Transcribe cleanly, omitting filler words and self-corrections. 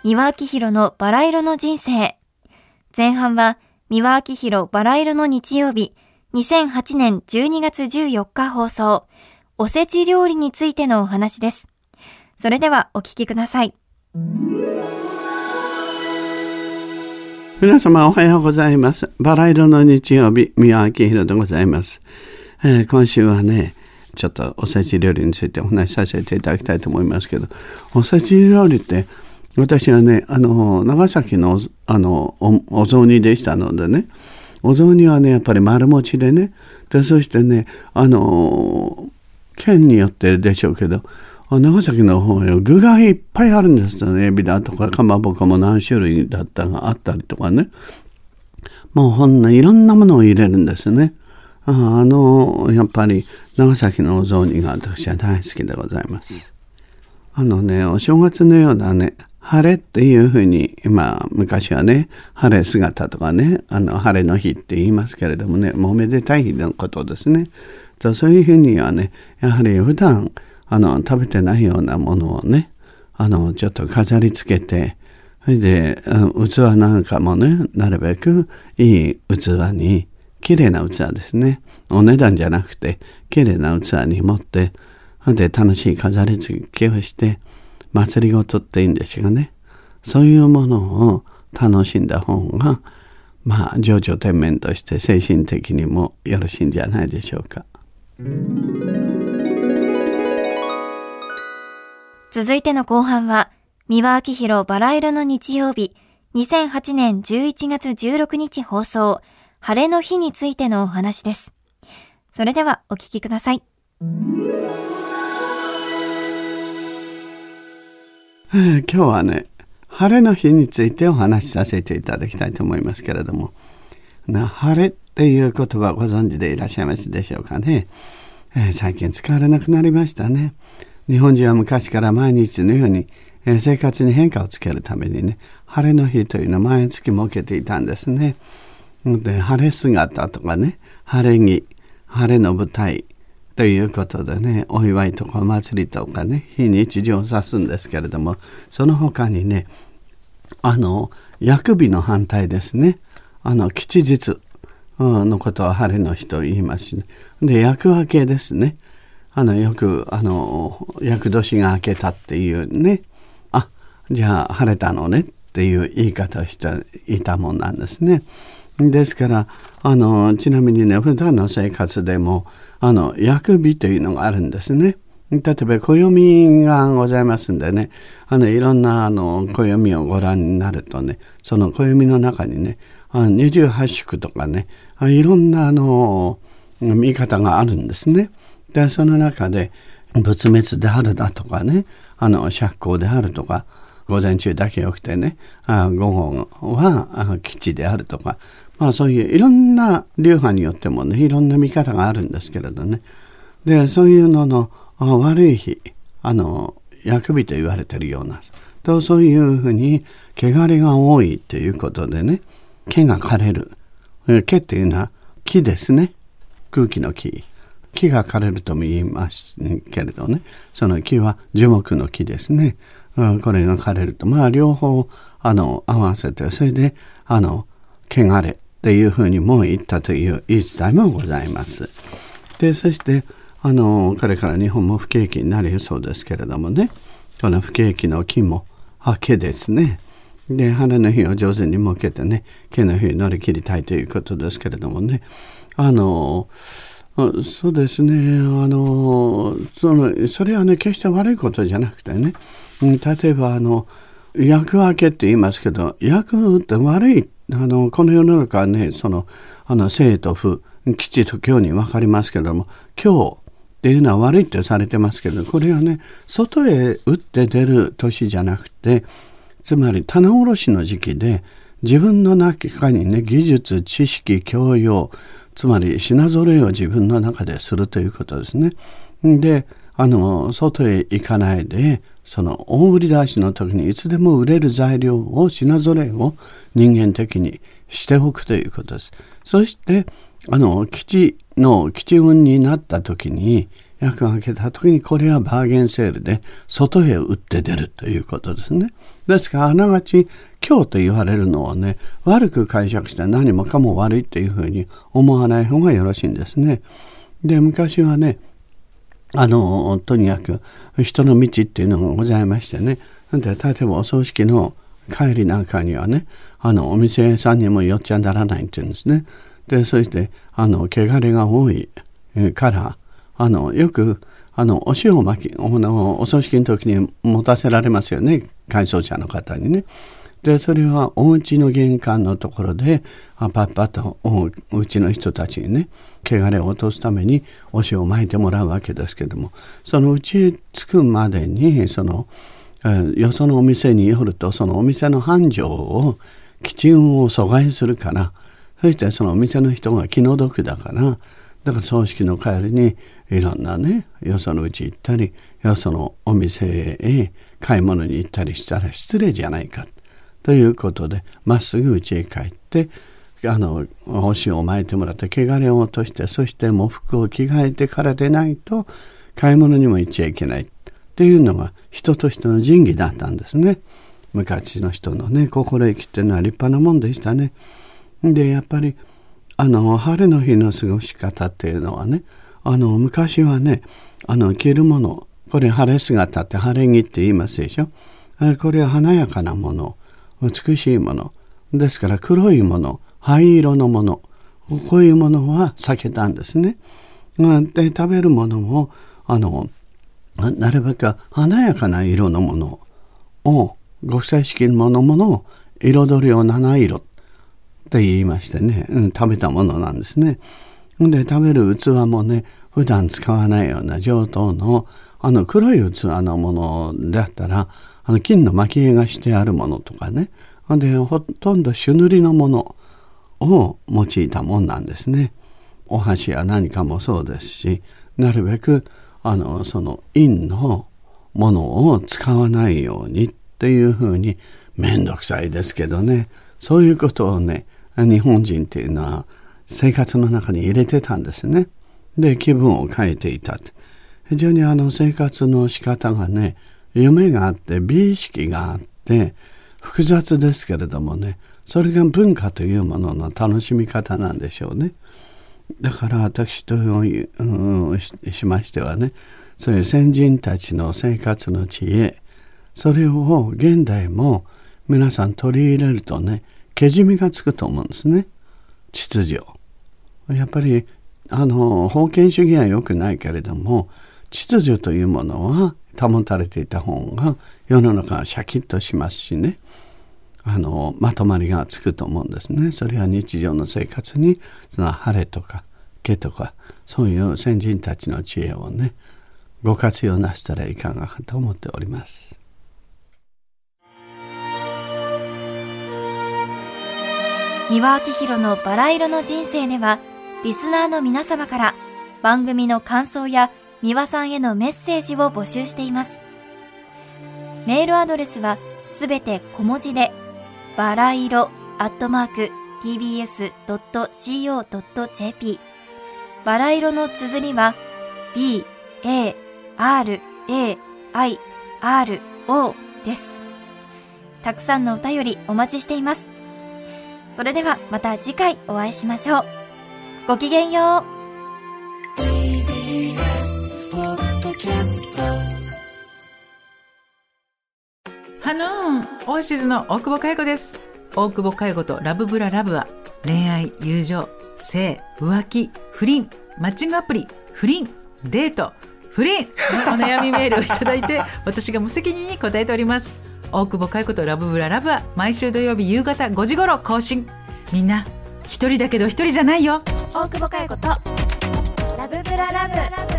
三輪明宏のバラ色の人生。前半は三輪明宏バラ色の日曜日、2008年12月14日放送、おせち料理についてのお話です。それではお聞きください。 皆様おはようございます。バラ色の日曜日、三輪明宏でございます。今週はね、ちょっとおせち料理についてお話しさせていただきたいと思いますけど、おせち料理って私はね、長崎のお雑煮でしたのでね、お雑煮はねやっぱり丸餅でね、でそしてね県によってでしょうけど、長崎の方よ具がいっぱいあるんですよね。エビだとかかまぼこも何種類だったがあったりとかね、もうほんのいろんなものを入れるんですね。やっぱり長崎のお雑煮が私は大好きでございます。お正月のようなね、晴れっていうふうに昔はね、晴れ姿とかね、晴れの日って言いますけれどもね、もうめでたい日のことですね。そういうふうにはね、やはり普段食べてないようなものをね、ちょっと飾り付けて、それで器なんかもね、なるべくいい器に、綺麗な器ですね。お値段じゃなくて綺麗な器に持って、で楽しい飾り付けをして祭りごとっていいんですがね、そういうものを楽しんだ方が情緒天面として精神的にもよろしいんじゃないでしょうか。 続いての後半は三輪明宏バラ色の日曜日、2008年11月16日放送、晴れの日についてのお話です。それではお聞きください。 今日はね、晴れの日についてお話しさせていただきたいと思いますけれども、晴れっていう言葉ご存知でいらっしゃいますでしょうかね。最近使われなくなりましたね。日本人は昔から毎日のように、生活に変化をつけるためにね、晴れの日というのを毎月設けていたんですね。で晴れ姿とかね、晴れ着、晴れの舞台ということでね、お祝いとかお祭りとかね、非日常を指すんですけれども、その他にね、厄日の反対ですね、吉日のことは晴れの日と言いますし、ね、で厄明けですね、よく厄年が明けたっていうね、じゃあ晴れたのねっていう言い方をしていたもんなんですね。ですからちなみにね、普段の生活でも厄日というのがあるんですね。例えば暦がございますんでね、いろんな暦をご覧になるとね、その暦の中にね、28宿とかね、いろんな見方があるんですね。でその中で仏滅であるだとかね、釈光であるとか、午前中だけよくてね、午後は吉であるとか、そういういろんな流派によってもね、いろんな見方があるんですけれどね。でそういうのの悪い日、厄日と言われているようなと、そういうふうに汚れが多いということでね、毛が枯れる。毛っていうのは木ですね。空気の木。木が枯れるとも言いますけれどね、その木は樹木の木ですね。これが枯れると、両方合わせて、それで汚れっていうふうにも言ったという言い伝えもございます。でそしてこれから日本も不景気になるそうですけれどもね、この不景気の木も毛ですね。で晴れの日を上手に設けてね、毛の日を乗り切りたいということですけれどもね、そうですね、それはね決して悪いことじゃなくてね、例えば厄明けって言いますけど、厄って悪い、この世の中はね、生と不、吉と凶に分かりますけども、凶っていうのは悪いってされてますけど、これはね外へ打って出る年じゃなくて、つまり棚卸しの時期で、自分の中にね技術、知識、教養、つまり品揃えを自分の中でするということですね。で外へ行かないで、その大売り出しの時にいつでも売れる材料を、品揃えを人間的にしておくということです。そして吉運になった時に、 役を開けた時にこれはバーゲンセールで外へ売って出るということですね。ですからあながち今日と言われるのはね、悪く解釈して何もかも悪いというふうに思わない方がよろしいんですね。で、昔はね、とにかく人の道っていうのがございましてね、で例えばお葬式の帰りなんかにはね、お店さんにも寄っちゃならないっていうんですね。で、そして汚れが多いからよくお塩を巻きお葬式の時に持たせられますよね、改葬者の方にね。でそれはお家の玄関のところでパッパッとうちの人たちにね、汚れを落とすためにお塩を巻いてもらうわけですけども、そのうちへ着くまでによそのお店によると、そのお店の繁盛を吉運を阻害するから、そしてそのお店の人が気の毒だから、だから葬式の帰りにいろんなね、よそのうち行ったり、よそのお店へ買い物に行ったりしたら失礼じゃないかということで、まっすぐ家へ帰ってお塩を巻いてもらって汚れを落として、そして喪服を着替えてからでないと買い物にも行っちゃいけないっていうのが人としての仁義だったんですね。昔の人のね、心意気っていうのは立派なもんでしたね。でやっぱり晴れの日の過ごし方っていうのはね、昔はね、着るもの、これ晴れ姿って晴れ着って言いますでしょ。これは華やかなもの、美しいものですから、黒いもの、灰色のもの、こういうものは避けたんですね。で食べるものもなるべく華やかな色のものを、ご夫妻式のものを彩りを七色って言いましてね、食べたものなんですね。で食べる器もね、普段使わないような上等の黒い器のものだったら金の蒔絵がしてあるものとかね、でほとんど朱塗りのものを用いたもんなんですね。お箸や何かもそうですし、なるべくその陰のものを使わないようにっていうふうに、めんどくさいですけどね、そういうことをね、日本人っていうのは生活の中に入れてたんですね。で気分を変えていた。非常に生活の仕方がね、夢があって美意識があって複雑ですけれどもね、それが文化というものの楽しみ方なんでしょうね。だから私としましてはね、そういう先人たちの生活の知恵、それを現代も皆さん取り入れるとね、けじめがつくと思うんですね。秩序、やっぱり封建主義は良くないけれども、秩序というものは保たれていた方が世の中はシャキッとしますしね、まとまりがつくと思うんですね。それは日常の生活にその晴れとか気とか、そういう先人たちの知恵をね、ご活用なしたらいかがかと思っております。 三輪明宏のバラ色の人生では、リスナーの皆様から番組の感想や三輪さんへのメッセージを募集しています。メールアドレスはすべて小文字で、バラ色@tbs.co.jp、 バラ色の綴りは BARAIRO です。たくさんのお便りお待ちしています。それではまた次回お会いしましょう。ごきげんよう。 ハノーンオアシズの大久保佳代子です。大久保佳代子とラブブララブは、恋愛、友情、性、浮気、不倫、マッチングアプリ、不倫、デート、不倫のお悩みメールをいただいて私が無責任に答えております。大久保佳代子とラブブララブは毎週土曜日夕方5時頃更新。みんな一人だけど一人じゃないよ。 大久保佳代子とラブブララブ。